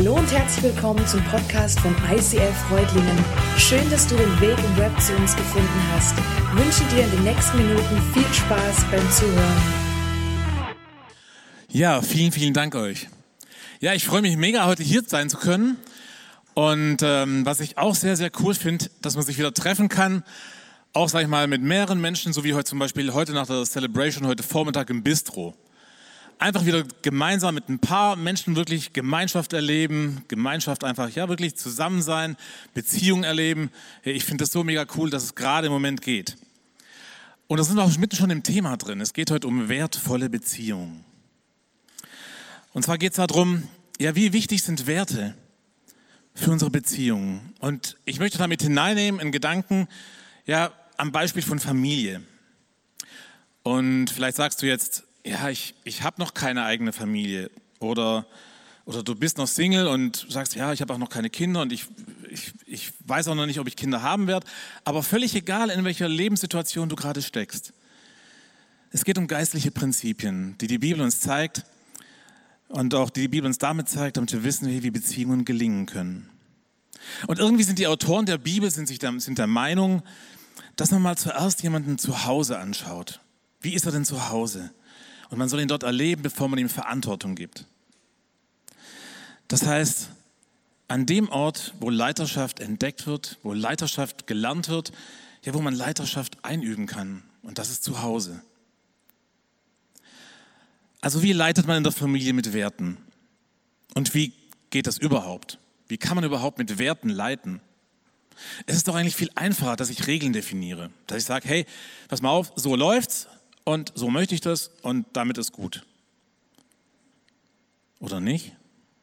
Hallo und herzlich willkommen zum Podcast von ICF Reutlingen. Schön, dass du den Weg im Web zu uns gefunden hast. Ich wünsche dir in den nächsten Minuten viel Spaß beim Zuhören. Ja, vielen Dank euch. Ja, ich freue mich mega, heute hier sein zu können. Und was ich auch sehr cool finde, dass man sich wieder treffen kann, auch, sag ich mal, mit mehreren Menschen, so wie heute zum Beispiel heute nach der Celebration, heute Vormittag im Bistro. Einfach wieder gemeinsam mit ein paar Menschen wirklich Gemeinschaft erleben, Gemeinschaft einfach, ja, wirklich zusammen sein, Beziehungen erleben. Ich finde das so mega cool, dass es gerade im Moment geht. Und da sind wir auch mitten schon im Thema drin. Es geht heute um wertvolle Beziehungen. Und zwar geht es darum, ja, wie wichtig sind Werte für unsere Beziehungen? Und ich möchte damit hineinnehmen in Gedanken, ja, am Beispiel von Familie. Und vielleicht sagst du jetzt, ja, ich habe noch keine eigene Familie. Oder du bist noch Single und sagst, ja, ich habe auch noch keine Kinder und ich weiß auch noch nicht, ob ich Kinder haben werde. Aber völlig egal, in welcher Lebenssituation du gerade steckst. Es geht um geistliche Prinzipien, die die Bibel uns zeigt und auch die Bibel uns damit zeigt, damit wir wissen, wie Beziehungen gelingen können. Und irgendwie sind die Autoren der Bibel sind der Meinung, dass man mal zuerst jemanden zu Hause anschaut. Wie ist er denn zu Hause? Und man soll ihn dort erleben, bevor man ihm Verantwortung gibt. Das heißt, an dem Ort, wo Leiterschaft entdeckt wird, wo Leiterschaft gelernt wird, ja, wo man Leiterschaft einüben kann. Und das ist zu Hause. Also wie leitet man in der Familie mit Werten? Und wie geht das überhaupt? Wie kann man überhaupt mit Werten leiten? Es ist doch eigentlich viel einfacher, dass ich Regeln definiere. Dass ich sage, hey, pass mal auf, so läuft's. Und so möchte ich das und damit ist gut. Oder nicht?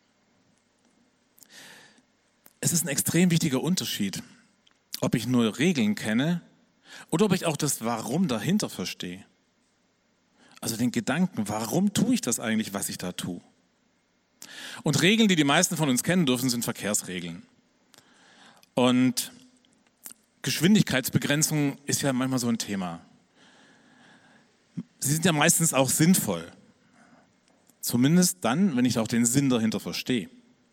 Es ist ein extrem wichtiger Unterschied, ob ich nur Regeln kenne oder ob ich auch das Warum dahinter verstehe. Also den Gedanken, warum tue ich das eigentlich, was ich da tue? Und Regeln, die die meisten von uns kennen dürfen, sind Verkehrsregeln. Und Geschwindigkeitsbegrenzung ist ja manchmal so ein Thema. Sie sind ja meistens auch sinnvoll. Zumindest dann, wenn ich auch den Sinn dahinter verstehe.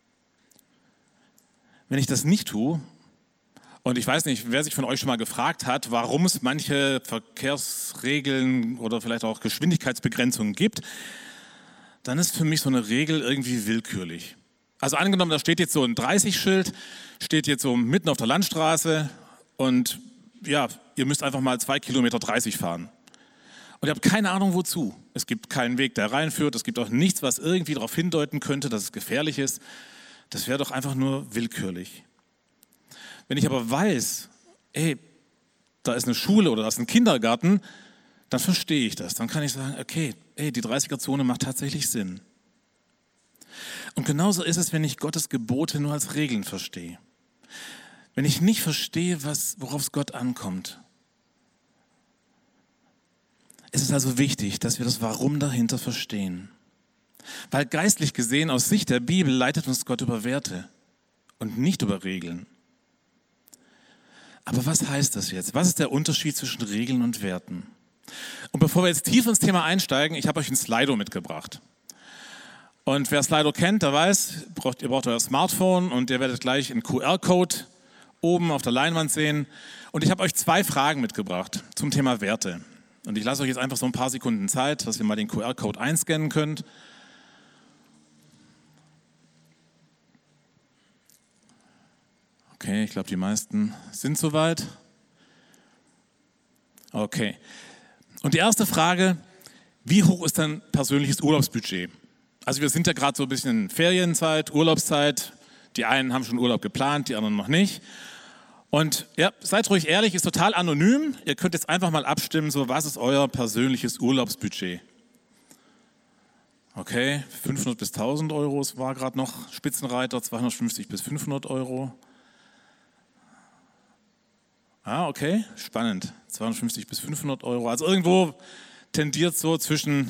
Wenn ich das nicht tue, und ich weiß nicht, wer sich von euch schon mal gefragt hat, warum es manche Verkehrsregeln oder vielleicht auch Geschwindigkeitsbegrenzungen gibt, dann ist für mich so eine Regel irgendwie willkürlich. Also angenommen, da steht jetzt so ein 30-Schild, steht jetzt so mitten auf der Landstraße und ja, ihr müsst einfach mal 2 Kilometer 30 fahren. Und ihr habt keine Ahnung, wozu. Es gibt keinen Weg, der reinführt. Es gibt auch nichts, was irgendwie darauf hindeuten könnte, dass es gefährlich ist. Das wäre doch einfach nur willkürlich. Wenn ich aber weiß, da ist eine Schule oder da ist ein Kindergarten, dann verstehe ich das. Dann kann ich sagen, okay, die 30er-Zone macht tatsächlich Sinn. Und genauso ist es, wenn ich Gottes Gebote nur als Regeln verstehe. Wenn ich nicht verstehe, worauf es Gott ankommt. Es ist also wichtig, dass wir das Warum dahinter verstehen. Weil geistlich gesehen, aus Sicht der Bibel, leitet uns Gott über Werte und nicht über Regeln. Aber was heißt das jetzt? Was ist der Unterschied zwischen Regeln und Werten? Und bevor wir jetzt tief ins Thema einsteigen, ich habe euch ein Slido mitgebracht. Und wer Slido kennt, der weiß, ihr braucht euer Smartphone und ihr werdet gleich einen QR-Code oben auf der Leinwand sehen. Und ich habe euch 2 Fragen mitgebracht zum Thema Werte. Und ich lasse euch jetzt einfach so ein paar Sekunden Zeit, dass ihr mal den QR-Code einscannen könnt. Okay, ich glaube, die meisten sind soweit. Okay. Und die erste Frage, wie hoch ist dein persönliches Urlaubsbudget? Also wir sind ja gerade so ein bisschen in Ferienzeit, Urlaubszeit. Die einen haben schon Urlaub geplant, die anderen noch nicht. Und ja, seid ruhig ehrlich, ist total anonym. Ihr könnt jetzt einfach mal abstimmen, so was ist euer persönliches Urlaubsbudget? Okay, 500 bis 1000 Euro, es war gerade noch Spitzenreiter, 250 bis 500 Euro. Ah, okay, spannend, 250 bis 500 Euro. Also irgendwo tendiert so zwischen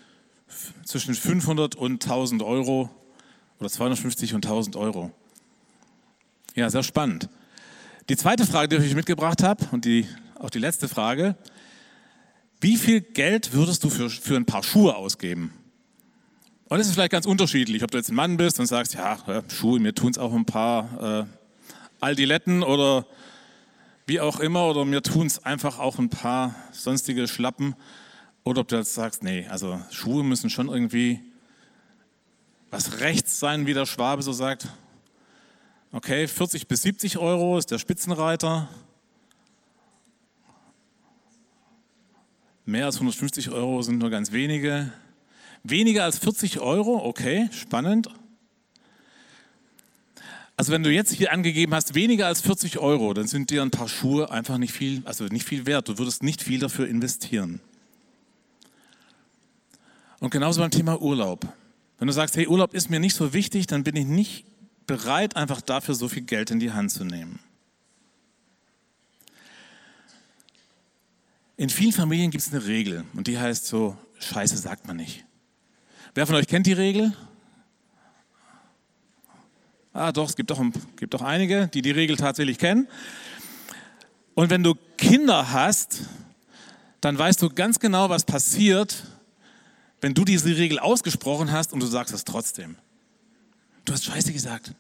500 und 1000 Euro oder 250 und 1000 Euro. Ja, sehr spannend. Die zweite Frage, die ich euch mitgebracht habe und auch die letzte Frage, wie viel Geld würdest du für ein paar Schuhe ausgeben? Und es ist vielleicht ganz unterschiedlich, ob du jetzt ein Mann bist und sagst, ja, Schuhe, mir tun es auch ein paar Aldiletten oder wie auch immer, oder mir tun es einfach auch ein paar sonstige Schlappen. Oder ob du jetzt sagst, nee, also Schuhe müssen schon irgendwie was rechts sein, wie der Schwabe so sagt. Okay, 40 bis 70 Euro ist der Spitzenreiter. Mehr als 150 Euro sind nur ganz wenige. Weniger als 40 Euro, okay, spannend. Also wenn du jetzt hier angegeben hast, weniger als 40 Euro, dann sind dir ein paar Schuhe einfach nicht viel wert. Du würdest nicht viel dafür investieren. Und genauso beim Thema Urlaub. Wenn du sagst, hey, Urlaub ist mir nicht so wichtig, dann bin ich nicht bereit, einfach dafür so viel Geld in die Hand zu nehmen. In vielen Familien gibt es eine Regel und die heißt so, Scheiße sagt man nicht. Wer von euch kennt die Regel? Doch, es gibt doch einige, die die Regel tatsächlich kennen. Und wenn du Kinder hast, dann weißt du ganz genau, was passiert, wenn du diese Regel ausgesprochen hast und du sagst es trotzdem. Du hast Scheiße gesagt.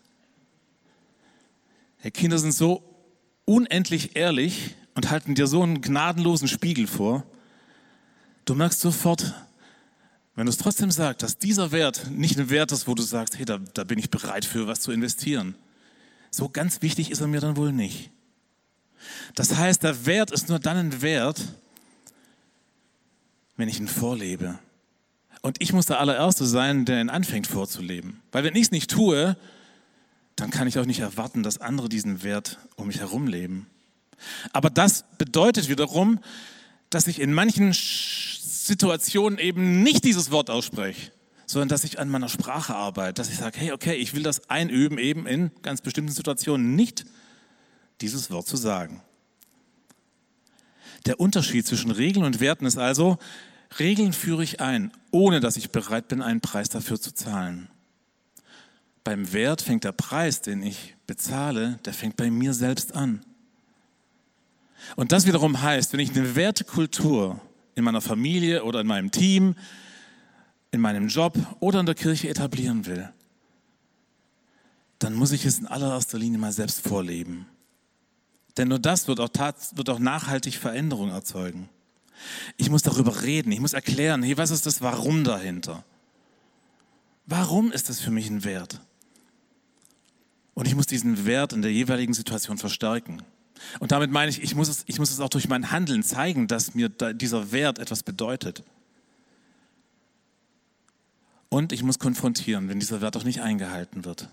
Die Kinder sind so unendlich ehrlich und halten dir so einen gnadenlosen Spiegel vor. Du merkst sofort, wenn du es trotzdem sagst, dass dieser Wert nicht ein Wert ist, wo du sagst, hey, da bin ich bereit für was zu investieren. So ganz wichtig ist er mir dann wohl nicht. Das heißt, der Wert ist nur dann ein Wert, wenn ich ihn vorlebe. Und ich muss der Allererste sein, der ihn anfängt vorzuleben. Weil wenn ich es nicht tue, dann kann ich auch nicht erwarten, dass andere diesen Wert um mich herum leben. Aber das bedeutet wiederum, dass ich in manchen Situationen eben nicht dieses Wort ausspreche, sondern dass ich an meiner Sprache arbeite, dass ich sage, hey, okay, ich will das einüben, eben in ganz bestimmten Situationen nicht dieses Wort zu sagen. Der Unterschied zwischen Regeln und Werten ist also, Regeln führe ich ein, ohne dass ich bereit bin, einen Preis dafür zu zahlen. Beim Wert fängt der Preis, den ich bezahle, der fängt bei mir selbst an. Und das wiederum heißt, wenn ich eine Wertekultur in meiner Familie oder in meinem Team, in meinem Job oder in der Kirche etablieren will, dann muss ich es in allererster Linie mal selbst vorleben. Denn nur das wird auch nachhaltig Veränderung erzeugen. Ich muss darüber reden, ich muss erklären, hey, was ist das Warum dahinter? Warum ist das für mich ein Wert? Und ich muss diesen Wert in der jeweiligen Situation verstärken. Und damit meine ich muss es auch durch mein Handeln zeigen, dass mir dieser Wert etwas bedeutet. Und ich muss konfrontieren, wenn dieser Wert auch nicht eingehalten wird.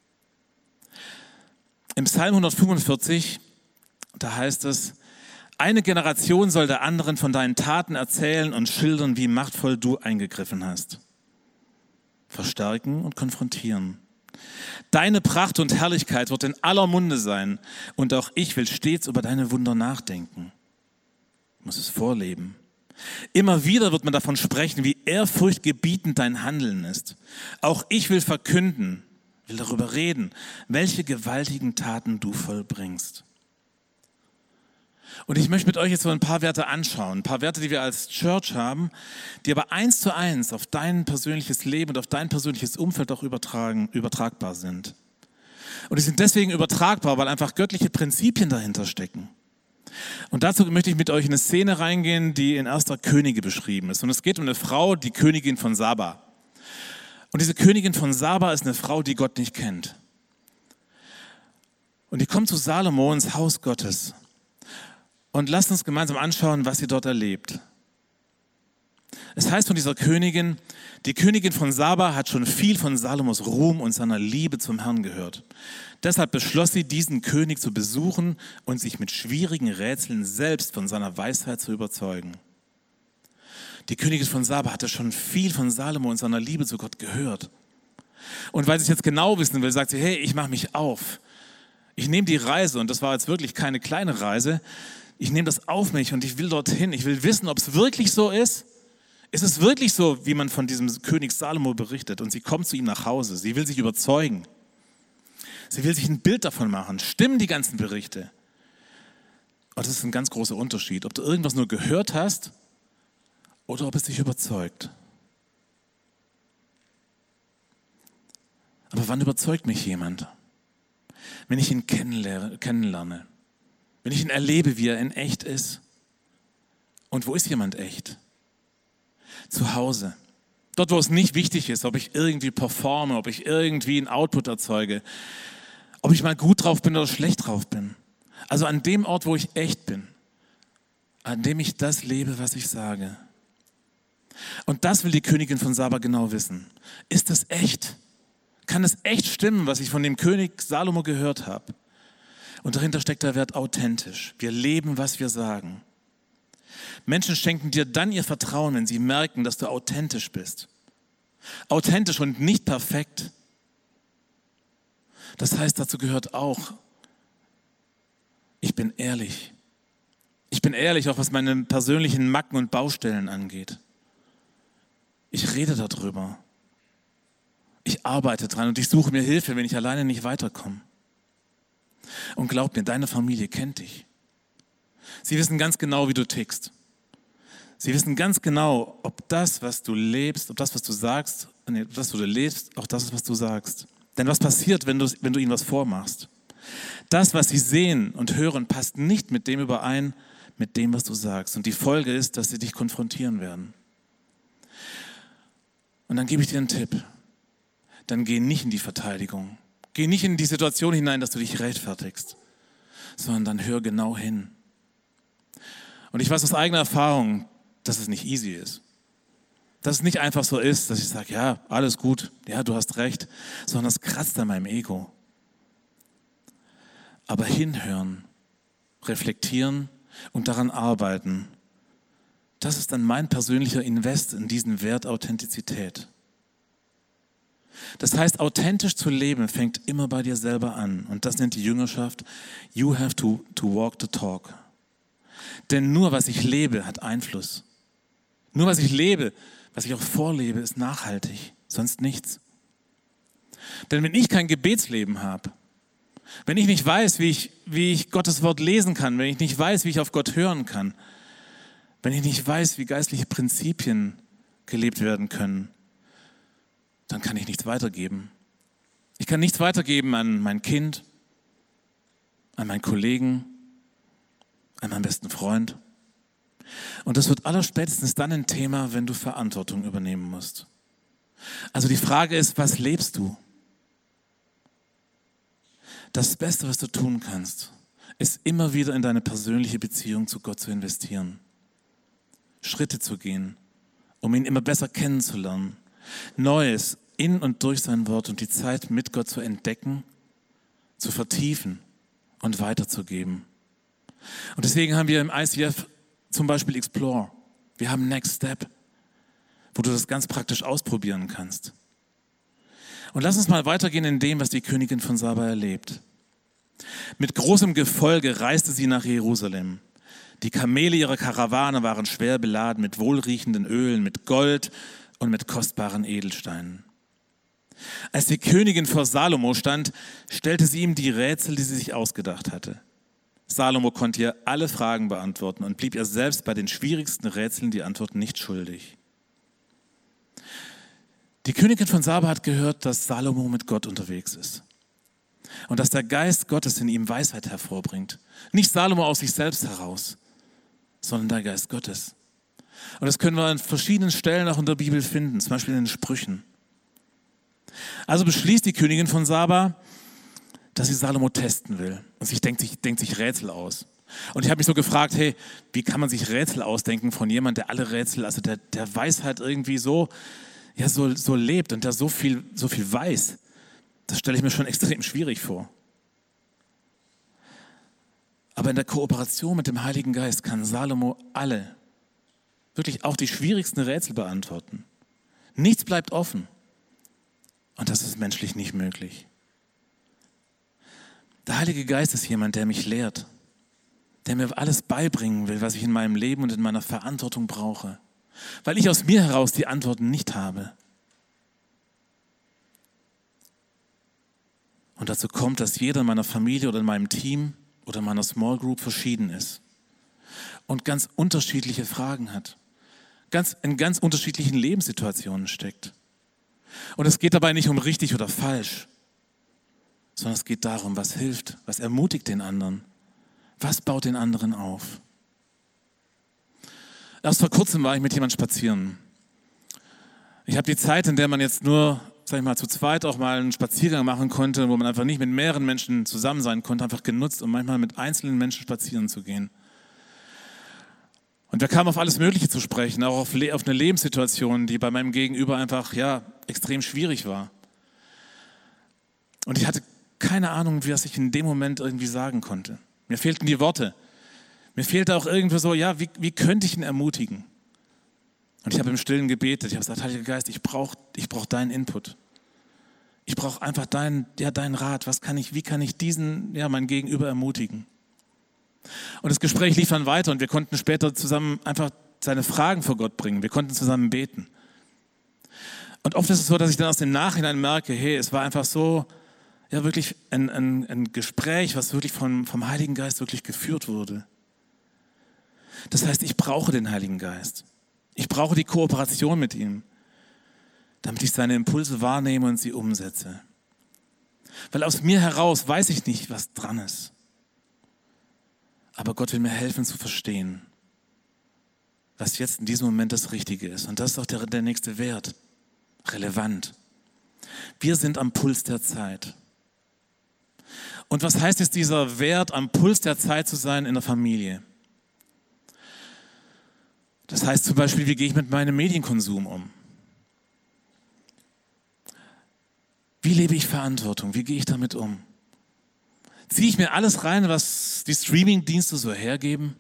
Im Psalm 145, da heißt es, eine Generation soll der anderen von deinen Taten erzählen und schildern, wie machtvoll du eingegriffen hast. Verstärken und konfrontieren. Deine Pracht und Herrlichkeit wird in aller Munde sein und auch ich will stets über deine Wunder nachdenken. Ich muss es vorleben. Immer wieder wird man davon sprechen, wie ehrfurchtgebietend dein Handeln ist. Auch ich will verkünden, will darüber reden, welche gewaltigen Taten du vollbringst. Und ich möchte mit euch jetzt so ein paar Werte anschauen, ein paar Werte, die wir als Church haben, die aber 1:1 auf dein persönliches Leben und auf dein persönliches Umfeld auch übertragbar sind. Und die sind deswegen übertragbar, weil einfach göttliche Prinzipien dahinter stecken. Und dazu möchte ich mit euch in eine Szene reingehen, die in 1. Könige beschrieben ist. Und es geht um eine Frau, die Königin von Saba. Und diese Königin von Saba ist eine Frau, die Gott nicht kennt. Und die kommt zu Salomo ins Haus Gottes. Und lasst uns gemeinsam anschauen, was sie dort erlebt. Es heißt von dieser Königin, die Königin von Saba hat schon viel von Salomos Ruhm und seiner Liebe zum Herrn gehört. Deshalb beschloss sie, diesen König zu besuchen und sich mit schwierigen Rätseln selbst von seiner Weisheit zu überzeugen. Die Königin von Saba hatte schon viel von Salomo und seiner Liebe zu Gott gehört. Und weil sie es jetzt genau wissen will, sagt sie, hey, ich mache mich auf. Ich nehme die Reise, und das war jetzt wirklich keine kleine Reise, ich nehme das auf mich und ich will dorthin. Ich will wissen, ob es wirklich so ist. Ist es wirklich so, wie man von diesem König Salomo berichtet? Und sie kommt zu ihm nach Hause. Sie will sich überzeugen. Sie will sich ein Bild davon machen. Stimmen die ganzen Berichte? Und das ist ein ganz großer Unterschied, ob du irgendwas nur gehört hast oder ob es dich überzeugt. Aber wann überzeugt mich jemand? Wenn ich ihn kennenlerne, wenn ich ihn erlebe, wie er in echt ist. Und wo ist jemand echt? Zu Hause. Dort, wo es nicht wichtig ist, ob ich irgendwie performe, ob ich irgendwie einen Output erzeuge, ob ich mal gut drauf bin oder schlecht drauf bin. Also an dem Ort, wo ich echt bin, an dem ich das lebe, was ich sage. Und das will die Königin von Saba genau wissen. Ist das echt? Kann es echt stimmen, was ich von dem König Salomo gehört habe? Und dahinter steckt der Wert authentisch. Wir leben, was wir sagen. Menschen schenken dir dann ihr Vertrauen, wenn sie merken, dass du authentisch bist. Authentisch und nicht perfekt. Das heißt, dazu gehört auch, ich bin ehrlich. Ich bin ehrlich, auch was meine persönlichen Macken und Baustellen angeht. Ich rede darüber. Ich arbeite dran und ich suche mir Hilfe, wenn ich alleine nicht weiterkomme. Und glaub mir, deine Familie kennt dich. Sie wissen ganz genau, wie du tickst. Sie wissen ganz genau, ob das, was du lebst, ob das, was du sagst, ob das, was du lebst, auch das ist, was du sagst. Denn was passiert, wenn du ihnen was vormachst? Das, was sie sehen und hören, passt nicht mit dem überein, mit dem, was du sagst. Und die Folge ist, dass sie dich konfrontieren werden. Und dann gebe ich dir einen Tipp. Dann geh nicht in die Verteidigung. Geh nicht in die Situation hinein, dass du dich rechtfertigst, sondern dann hör genau hin. Und ich weiß aus eigener Erfahrung, dass es nicht easy ist. Dass es nicht einfach so ist, dass ich sage, ja, alles gut, ja, du hast recht, sondern es kratzt an meinem Ego. Aber hinhören, reflektieren und daran arbeiten, das ist dann mein persönlicher Invest in diesen Wert Authentizität. Das heißt, authentisch zu leben fängt immer bei dir selber an. Und das nennt die Jüngerschaft, you have to walk the talk. Denn nur was ich lebe, hat Einfluss. Nur was ich lebe, was ich auch vorlebe, ist nachhaltig, sonst nichts. Denn wenn ich kein Gebetsleben habe, wenn ich nicht weiß, wie ich Gottes Wort lesen kann, wenn ich nicht weiß, wie ich auf Gott hören kann, wenn ich nicht weiß, wie geistliche Prinzipien gelebt werden können, dann kann ich nichts weitergeben. Ich kann nichts weitergeben an mein Kind, an meinen Kollegen, an meinen besten Freund. Und das wird allerspätestens dann ein Thema, wenn du Verantwortung übernehmen musst. Also die Frage ist, was lebst du? Das Beste, was du tun kannst, ist immer wieder in deine persönliche Beziehung zu Gott zu investieren. Schritte zu gehen, um ihn immer besser kennenzulernen. Neues in und durch sein Wort und die Zeit mit Gott zu entdecken, zu vertiefen und weiterzugeben. Und deswegen haben wir im ICF zum Beispiel Explore. Wir haben Next Step, wo du das ganz praktisch ausprobieren kannst. Und lass uns mal weitergehen in dem, was die Königin von Saba erlebt. Mit großem Gefolge reiste sie nach Jerusalem. Die Kamele ihrer Karawane waren schwer beladen mit wohlriechenden Ölen, mit Gold und mit kostbaren Edelsteinen. Als die Königin vor Salomo stand, stellte sie ihm die Rätsel, die sie sich ausgedacht hatte. Salomo konnte ihr alle Fragen beantworten und blieb ihr selbst bei den schwierigsten Rätseln die Antworten nicht schuldig. Die Königin von Saba hat gehört, dass Salomo mit Gott unterwegs ist und dass der Geist Gottes in ihm Weisheit hervorbringt. Nicht Salomo aus sich selbst heraus, sondern der Geist Gottes. Und das können wir an verschiedenen Stellen auch in der Bibel finden, zum Beispiel in den Sprüchen. Also beschließt die Königin von Saba, dass sie Salomo testen will und sie denkt sich Rätsel aus. Und ich habe mich so gefragt, hey, wie kann man sich Rätsel ausdenken von jemandem, der alle Rätsel, also der Weisheit irgendwie so lebt und der so viel weiß. Das stelle ich mir schon extrem schwierig vor. Aber in der Kooperation mit dem Heiligen Geist kann Salomo alle, wirklich auch die schwierigsten Rätsel beantworten. Nichts bleibt offen. Und das ist menschlich nicht möglich. Der Heilige Geist ist jemand, der mich lehrt, der mir alles beibringen will, was ich in meinem Leben und in meiner Verantwortung brauche, weil ich aus mir heraus die Antworten nicht habe. Und dazu kommt, dass jeder in meiner Familie oder in meinem Team oder in meiner Small Group verschieden ist und ganz unterschiedliche Fragen hat, in ganz unterschiedlichen Lebenssituationen steckt. Und es geht dabei nicht um richtig oder falsch, sondern es geht darum, was hilft, was ermutigt den anderen, was baut den anderen auf. Erst vor kurzem war ich mit jemandem spazieren. Ich habe die Zeit, in der man jetzt nur, sag ich mal, zu zweit auch mal einen Spaziergang machen konnte, wo man einfach nicht mit mehreren Menschen zusammen sein konnte, einfach genutzt, um manchmal mit einzelnen Menschen spazieren zu gehen. Und wir kamen auf alles Mögliche zu sprechen, auch auf eine Lebenssituation, die bei meinem Gegenüber einfach extrem schwierig war. Und ich hatte keine Ahnung, was ich in dem Moment irgendwie sagen konnte. Mir fehlten die Worte. Mir fehlte auch irgendwie so, wie könnte ich ihn ermutigen? Und ich habe im Stillen gebetet. Ich habe gesagt, Heiliger Geist, ich brauch deinen Input. Ich brauche einfach deinen Rat. Wie kann ich diesen, mein Gegenüber ermutigen? Und das Gespräch lief dann weiter und wir konnten später zusammen einfach seine Fragen vor Gott bringen. Wir konnten zusammen beten. Und oft ist es so, dass ich dann aus dem Nachhinein merke, hey, es war einfach so, wirklich ein Gespräch, was wirklich vom Heiligen Geist wirklich geführt wurde. Das heißt, ich brauche den Heiligen Geist. Ich brauche die Kooperation mit ihm, damit ich seine Impulse wahrnehme und sie umsetze. Weil aus mir heraus weiß ich nicht, was dran ist. Aber Gott will mir helfen zu verstehen, was jetzt in diesem Moment das Richtige ist. Und das ist auch der nächste Wert. Relevant. Wir sind am Puls der Zeit. Und was heißt jetzt dieser Wert, am Puls der Zeit zu sein in der Familie? Das heißt zum Beispiel, wie gehe ich mit meinem Medienkonsum um? Wie lebe ich Verantwortung? Wie gehe ich damit um? Ziehe ich mir alles rein, was die Streaming-Dienste so hergeben?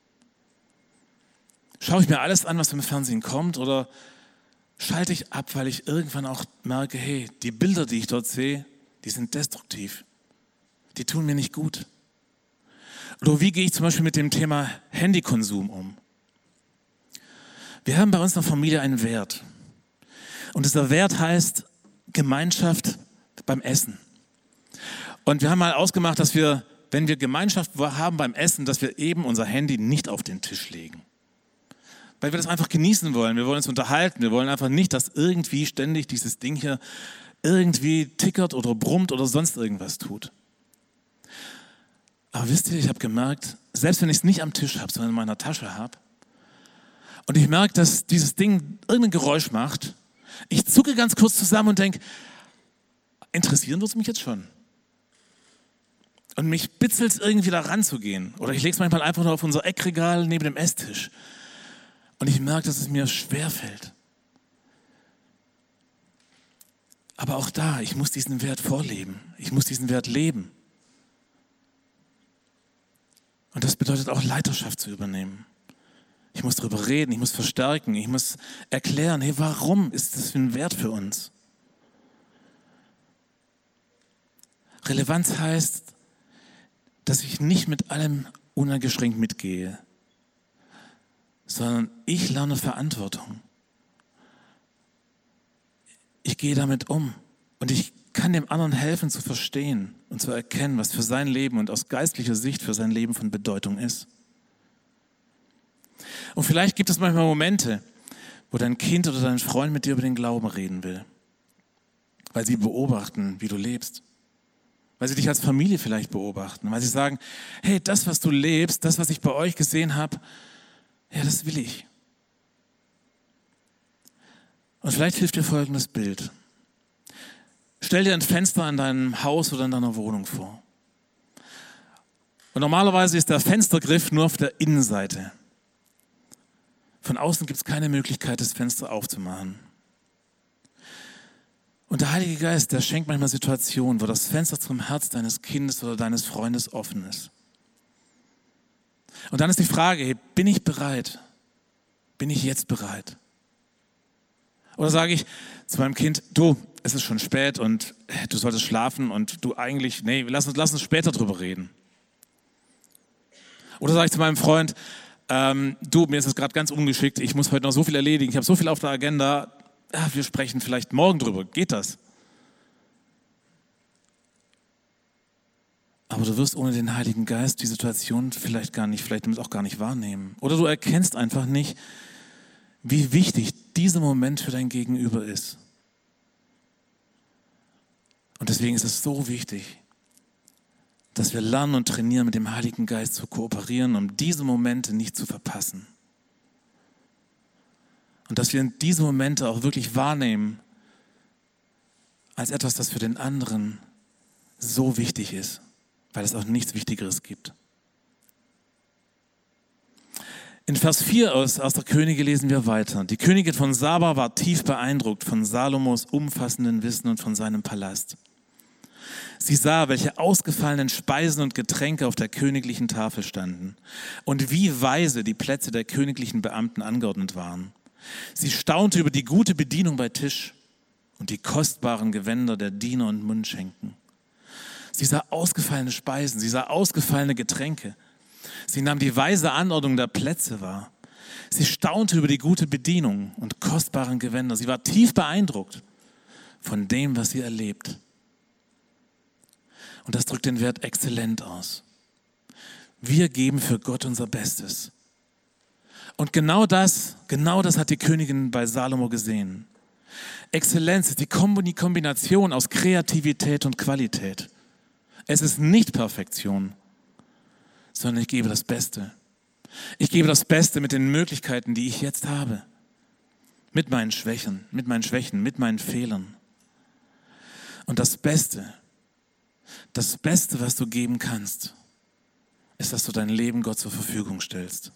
Schaue ich mir alles an, was im Fernsehen kommt? Oder schalte ich ab, weil ich irgendwann auch merke, hey, die Bilder, die ich dort sehe, die sind destruktiv. Die tun mir nicht gut. Oder wie gehe ich zum Beispiel mit dem Thema Handykonsum um? Wir haben bei uns in der Familie einen Wert. Und dieser Wert heißt Gemeinschaft beim Essen. Und wir haben mal ausgemacht, dass wir, wenn wir Gemeinschaft haben beim Essen, dass wir eben unser Handy nicht auf den Tisch legen. Weil wir das einfach genießen wollen. Wir wollen uns unterhalten. Wir wollen einfach nicht, dass irgendwie ständig dieses Ding hier irgendwie tickert oder brummt oder sonst irgendwas tut. Aber wisst ihr, ich habe gemerkt, selbst wenn ich es nicht am Tisch habe, sondern in meiner Tasche habe, und ich merke, dass dieses Ding irgendein Geräusch macht, ich zucke ganz kurz zusammen und denke, interessieren wird es mich jetzt schon. Und mich bitzelt es irgendwie da ranzugehen. Oder ich lege es manchmal einfach nur auf unser Eckregal neben dem Esstisch. Und ich merke, dass es mir schwerfällt. Aber auch da, ich muss diesen Wert vorleben. Ich muss diesen Wert leben. Und das bedeutet auch Leiterschaft zu übernehmen. Ich muss darüber reden, ich muss verstärken, ich muss erklären, hey, warum ist das ein Wert für uns? Relevanz heißt, dass ich nicht mit allem uneingeschränkt mitgehe, sondern ich lerne Verantwortung. Ich gehe damit um und ich kann dem anderen helfen zu verstehen und zu erkennen, was für sein Leben und aus geistlicher Sicht für sein Leben von Bedeutung ist. Und vielleicht gibt es manchmal Momente, wo dein Kind oder dein Freund mit dir über den Glauben reden will, weil sie beobachten, wie du lebst. Weil sie dich als Familie vielleicht beobachten, weil sie sagen, hey, das, was du lebst, das, was ich bei euch gesehen habe, das will ich. Und vielleicht hilft dir folgendes Bild. Stell dir ein Fenster an deinem Haus oder in deiner Wohnung vor. Und normalerweise ist der Fenstergriff nur auf der Innenseite. Von außen gibt es keine Möglichkeit, das Fenster aufzumachen. Und der Heilige Geist, der schenkt manchmal Situationen, wo das Fenster zum Herz deines Kindes oder deines Freundes offen ist. Und dann ist die Frage, hey, bin ich bereit? Bin ich jetzt bereit? Oder sage ich zu meinem Kind, du, es ist schon spät und du solltest schlafen und du eigentlich, lass uns später drüber reden. Oder sage ich zu meinem Freund, du, mir ist es gerade ganz ungeschickt, ich muss heute noch so viel erledigen, ich habe so viel auf der Agenda, wir sprechen vielleicht morgen drüber, geht das? Aber du wirst ohne den Heiligen Geist die Situation vielleicht auch gar nicht wahrnehmen. Oder du erkennst einfach nicht, wie wichtig dieser Moment für dein Gegenüber ist. Und deswegen ist es so wichtig, dass wir lernen und trainieren, mit dem Heiligen Geist zu kooperieren, um diese Momente nicht zu verpassen. Und dass wir diese Momente auch wirklich wahrnehmen als etwas, das für den anderen so wichtig ist, weil es auch nichts Wichtigeres gibt. In Vers 4 aus der Könige lesen wir weiter. Die Königin von Saba war tief beeindruckt von Salomos umfassenden Wissen und von seinem Palast. Sie sah, welche ausgefallenen Speisen und Getränke auf der königlichen Tafel standen und wie weise die Plätze der königlichen Beamten angeordnet waren. Sie staunte über die gute Bedienung bei Tisch und die kostbaren Gewänder der Diener und Mundschenken. Sie sah ausgefallene Speisen, sie sah ausgefallene Getränke. Sie nahm die weise Anordnung der Plätze wahr. Sie staunte über die gute Bedienung und kostbaren Gewänder. Sie war tief beeindruckt von dem, was sie erlebt. Und das drückt den Wert exzellent aus. Wir geben für Gott unser Bestes. Und genau das hat die Königin bei Salomo gesehen. Exzellenz ist die Kombination aus Kreativität und Qualität. Es ist nicht Perfektion, sondern ich gebe das Beste. Ich gebe das Beste mit den Möglichkeiten, die ich jetzt habe. Mit meinen Schwächen, mit meinen Fehlern. Und das Beste, was du geben kannst, ist, dass du dein Leben Gott zur Verfügung stellst.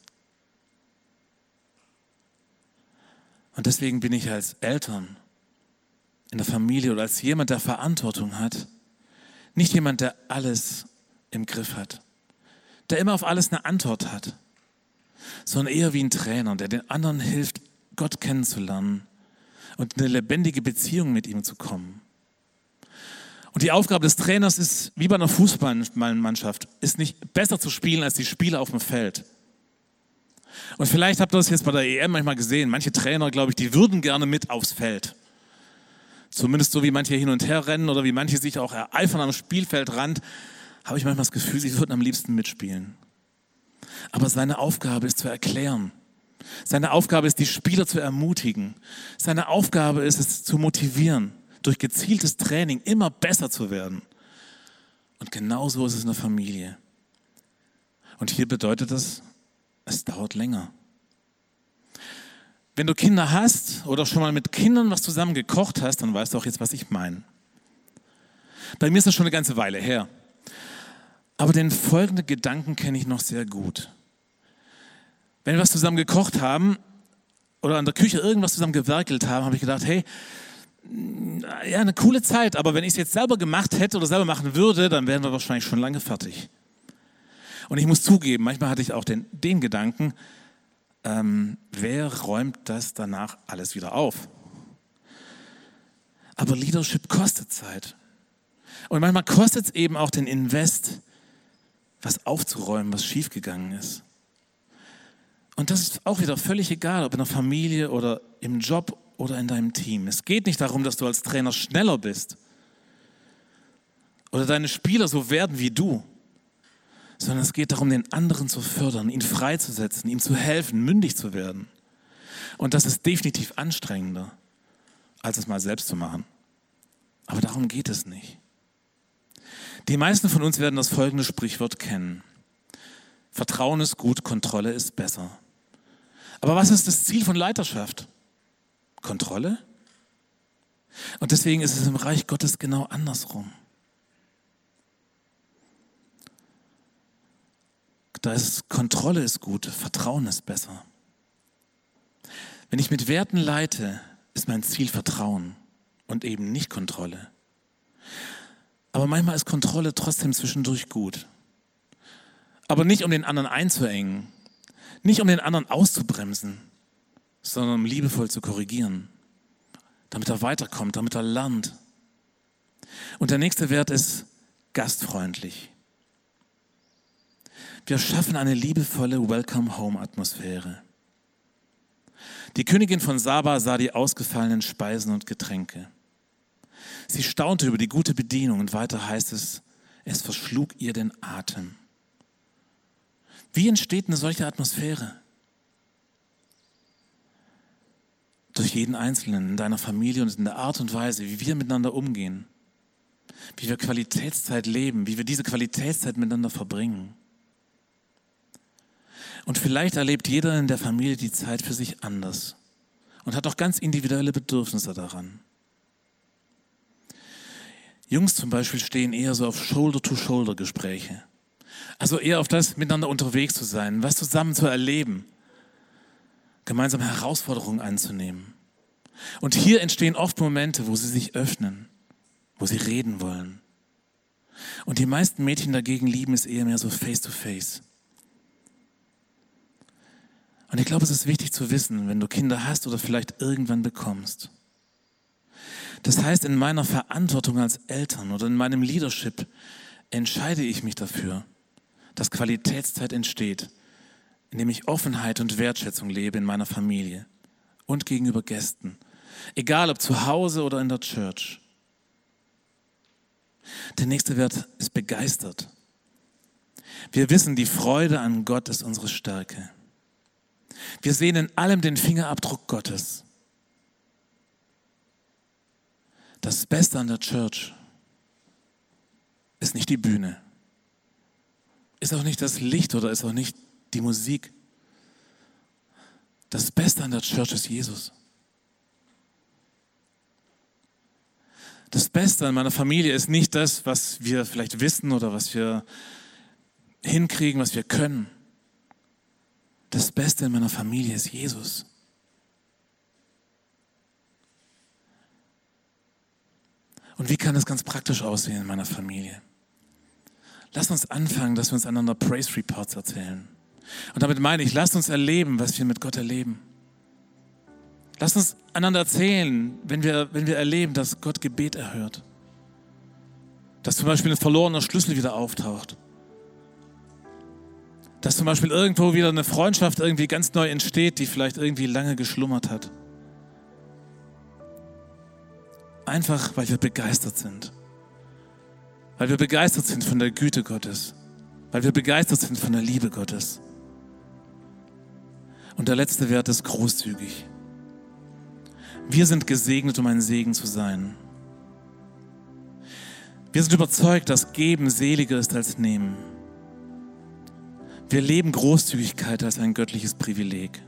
Und deswegen bin ich als Eltern in der Familie oder als jemand, der Verantwortung hat, nicht jemand, der alles im Griff hat, der immer auf alles eine Antwort hat, sondern eher wie ein Trainer, der den anderen hilft, Gott kennenzulernen und in eine lebendige Beziehung mit ihm zu kommen. Und die Aufgabe des Trainers ist, wie bei einer Fußballmannschaft, ist nicht besser zu spielen als die Spieler auf dem Feld. Und vielleicht habt ihr das jetzt bei der EM manchmal gesehen. Manche Trainer, glaube ich, die würden gerne mit aufs Feld. Zumindest so wie manche hin und her rennen oder wie manche sich auch ereifern am Spielfeldrand, habe ich manchmal das Gefühl, sie würden am liebsten mitspielen. Aber seine Aufgabe ist zu erklären. Seine Aufgabe ist, die Spieler zu ermutigen. Seine Aufgabe ist es, zu motivieren, durch gezieltes Training immer besser zu werden. Und genauso ist es in der Familie. Und hier bedeutet das, es dauert länger. Wenn du Kinder hast oder schon mal mit Kindern was zusammen gekocht hast, dann weißt du auch jetzt, was ich meine. Bei mir ist das schon eine ganze Weile her. Aber den folgenden Gedanken kenne ich noch sehr gut. Wenn wir was zusammen gekocht haben oder an der Küche irgendwas zusammen gewerkelt haben, habe ich gedacht, hey, ja, eine coole Zeit, aber wenn ich es jetzt selber gemacht hätte oder selber machen würde, dann wären wir wahrscheinlich schon lange fertig. Und ich muss zugeben, manchmal hatte ich auch den Gedanken, wer räumt das danach alles wieder auf? Aber Leadership kostet Zeit. Und manchmal kostet es eben auch den Invest, was aufzuräumen, was schiefgegangen ist. Und das ist auch wieder völlig egal, ob in der Familie oder im Job oder in deinem Team. Es geht nicht darum, dass du als Trainer schneller bist oder deine Spieler so werden wie du, sondern es geht darum, den anderen zu fördern, ihn freizusetzen, ihm zu helfen, mündig zu werden. Und das ist definitiv anstrengender, als es mal selbst zu machen. Aber darum geht es nicht. Die meisten von uns werden das folgende Sprichwort kennen. Vertrauen ist gut, Kontrolle ist besser. Aber was ist das Ziel von Leiterschaft? Kontrolle? Und deswegen ist es im Reich Gottes genau andersrum. Kontrolle ist gut, Vertrauen ist besser. Wenn ich mit Werten leite, ist mein Ziel Vertrauen und eben nicht Kontrolle. Aber manchmal ist Kontrolle trotzdem zwischendurch gut. Aber nicht, um den anderen einzuengen, nicht um den anderen auszubremsen, sondern um liebevoll zu korrigieren, damit er weiterkommt, damit er lernt. Und der nächste Wert ist gastfreundlich. Wir schaffen eine liebevolle Welcome-Home-Atmosphäre. Die Königin von Saba sah die ausgefallenen Speisen und Getränke. Sie staunte über die gute Bedienung und weiter heißt es, es verschlug ihr den Atem. Wie entsteht eine solche Atmosphäre? Durch jeden Einzelnen in deiner Familie und in der Art und Weise, wie wir miteinander umgehen. wie wir Qualitätszeit leben, wie wir diese Qualitätszeit miteinander verbringen. Und vielleicht erlebt jeder in der Familie die Zeit für sich anders und hat auch ganz individuelle Bedürfnisse daran. Jungs zum Beispiel stehen eher so auf Shoulder-to-Shoulder-Gespräche. Also eher auf das, miteinander unterwegs zu sein, was zusammen zu erleben, gemeinsam Herausforderungen anzunehmen. Und hier entstehen oft Momente, wo sie sich öffnen, wo sie reden wollen. Und die meisten Mädchen dagegen lieben es eher mehr so face-to-face. Und ich glaube, es ist wichtig zu wissen, wenn du Kinder hast oder vielleicht irgendwann bekommst. Das heißt, in meiner Verantwortung als Eltern oder in meinem Leadership entscheide ich mich dafür, dass Qualitätszeit entsteht, indem ich Offenheit und Wertschätzung lebe in meiner Familie und gegenüber Gästen, egal ob zu Hause oder in der Church. Der nächste Wert ist begeistert. Wir wissen, die Freude an Gott ist unsere Stärke. Wir sehen in allem den Fingerabdruck Gottes. Das Beste an der Church ist nicht die Bühne, ist auch nicht das Licht oder ist auch nicht die Musik. Das Beste an der Church ist Jesus. Das Beste an meiner Familie ist nicht das, was wir vielleicht wissen oder was wir hinkriegen, was wir können. Das Beste in meiner Familie ist Jesus. Und wie kann das ganz praktisch aussehen in meiner Familie? Lass uns anfangen, dass wir uns einander Praise Reports erzählen. Und damit meine ich, lasst uns erleben, was wir mit Gott erleben. Lasst uns einander erzählen, wenn wir erleben, dass Gott Gebet erhört. Dass zum Beispiel ein verlorener Schlüssel wieder auftaucht. Dass zum Beispiel irgendwo wieder eine Freundschaft irgendwie ganz neu entsteht, die vielleicht irgendwie lange geschlummert hat. Einfach, weil wir begeistert sind. Weil wir begeistert sind von der Güte Gottes. Weil wir begeistert sind von der Liebe Gottes. Und der letzte Wert ist großzügig. Wir sind gesegnet, um ein Segen zu sein. Wir sind überzeugt, dass Geben seliger ist als Nehmen. Wir leben Großzügigkeit als ein göttliches Privileg.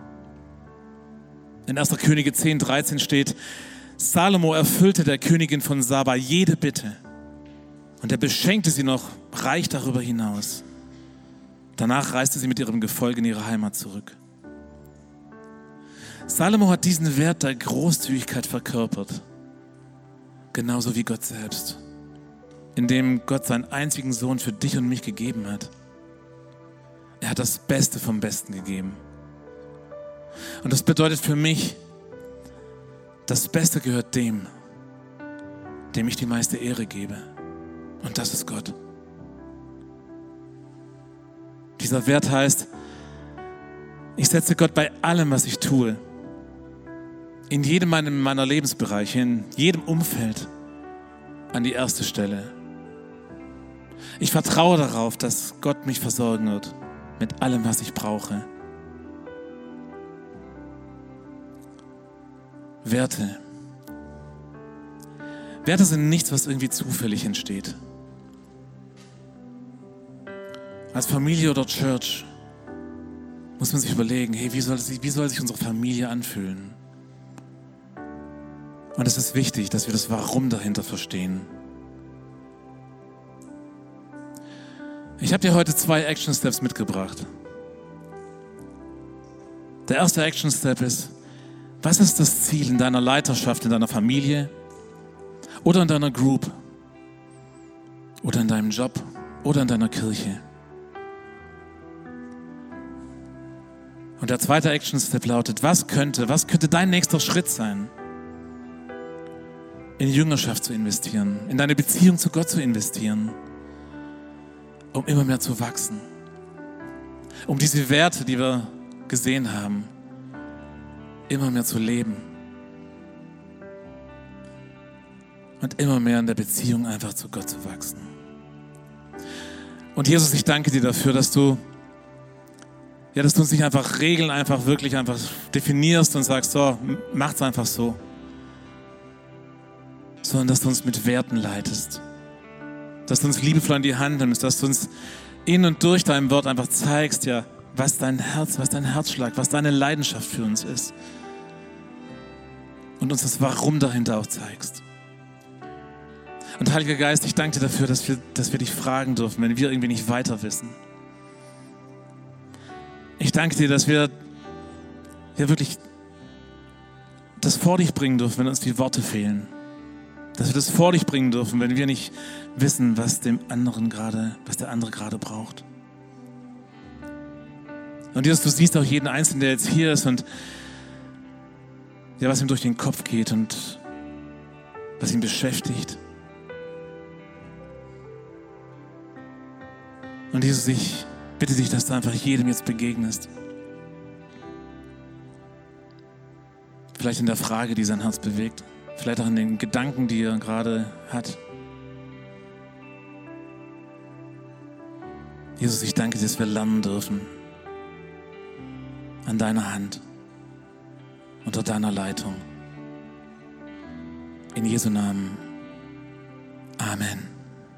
In 1. Könige 10,13 steht, Salomo erfüllte der Königin von Saba jede Bitte und er beschenkte sie noch reich darüber hinaus. Danach reiste sie mit ihrem Gefolge in ihre Heimat zurück. Salomo hat diesen Wert der Großzügigkeit verkörpert, genauso wie Gott selbst, indem Gott seinen einzigen Sohn für dich und mich gegeben hat. Er hat das Beste vom Besten gegeben. Und das bedeutet für mich, das Beste gehört dem ich die meiste Ehre gebe. Und das ist Gott. Dieser Wert heißt, ich setze Gott bei allem, was ich tue, in jedem meiner Lebensbereiche, in jedem Umfeld an die erste Stelle. Ich vertraue darauf, dass Gott mich versorgen wird mit allem, was ich brauche. Werte. Werte sind nichts, was irgendwie zufällig entsteht. Als Familie oder Church muss man sich überlegen, hey, wie soll sich unsere Familie anfühlen? Und es ist wichtig, dass wir das Warum dahinter verstehen. Ich habe dir heute 2 Action Steps mitgebracht. Der erste Action Step ist, was ist das Ziel in deiner Leiterschaft, in deiner Familie oder in deiner Group oder in deinem Job oder in deiner Kirche? Und der zweite Action Step lautet, was könnte dein nächster Schritt sein? In Jüngerschaft zu investieren, in deine Beziehung zu Gott zu investieren, um immer mehr zu wachsen, um diese Werte, die wir gesehen haben, immer mehr zu leben und immer mehr in der Beziehung einfach zu Gott zu wachsen. Und Jesus, ich danke dir dafür, dass du uns nicht einfach Regeln wirklich definierst und sagst, so, macht's einfach so. sondern dass du uns mit Werten leitest. Dass du uns liebevoll an die Hand nimmst, dass du uns in und durch dein Wort einfach zeigst, ja, was dein Herzschlag, was deine Leidenschaft für uns ist. Und uns das Warum dahinter auch zeigst. Und Heiliger Geist, ich danke dir dafür, dass wir dich fragen dürfen, wenn wir irgendwie nicht weiter wissen. Ich danke dir, dass wir wirklich das vor dich bringen dürfen, wenn uns die Worte fehlen. Dass wir das vor dich bringen dürfen, wenn wir nicht wissen, was der andere gerade braucht. Und Jesus, du siehst auch jeden Einzelnen, der jetzt hier ist und ja, was ihm durch den Kopf geht und was ihn beschäftigt. Und Jesus, ich bitte dich, dass du einfach jedem jetzt begegnest. Vielleicht in der Frage, die sein Herz bewegt. Vielleicht auch in den Gedanken, die er gerade hat. Jesus, ich danke dir, dass wir lernen dürfen. An deiner Hand. Unter deiner Leitung. In Jesu Namen. Amen.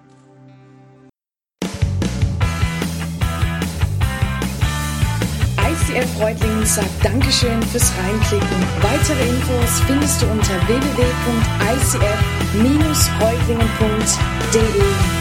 ICF Reutlingen sagt Dankeschön fürs Reinklicken. Weitere Infos findest du unter www.icf-reutlingen.de.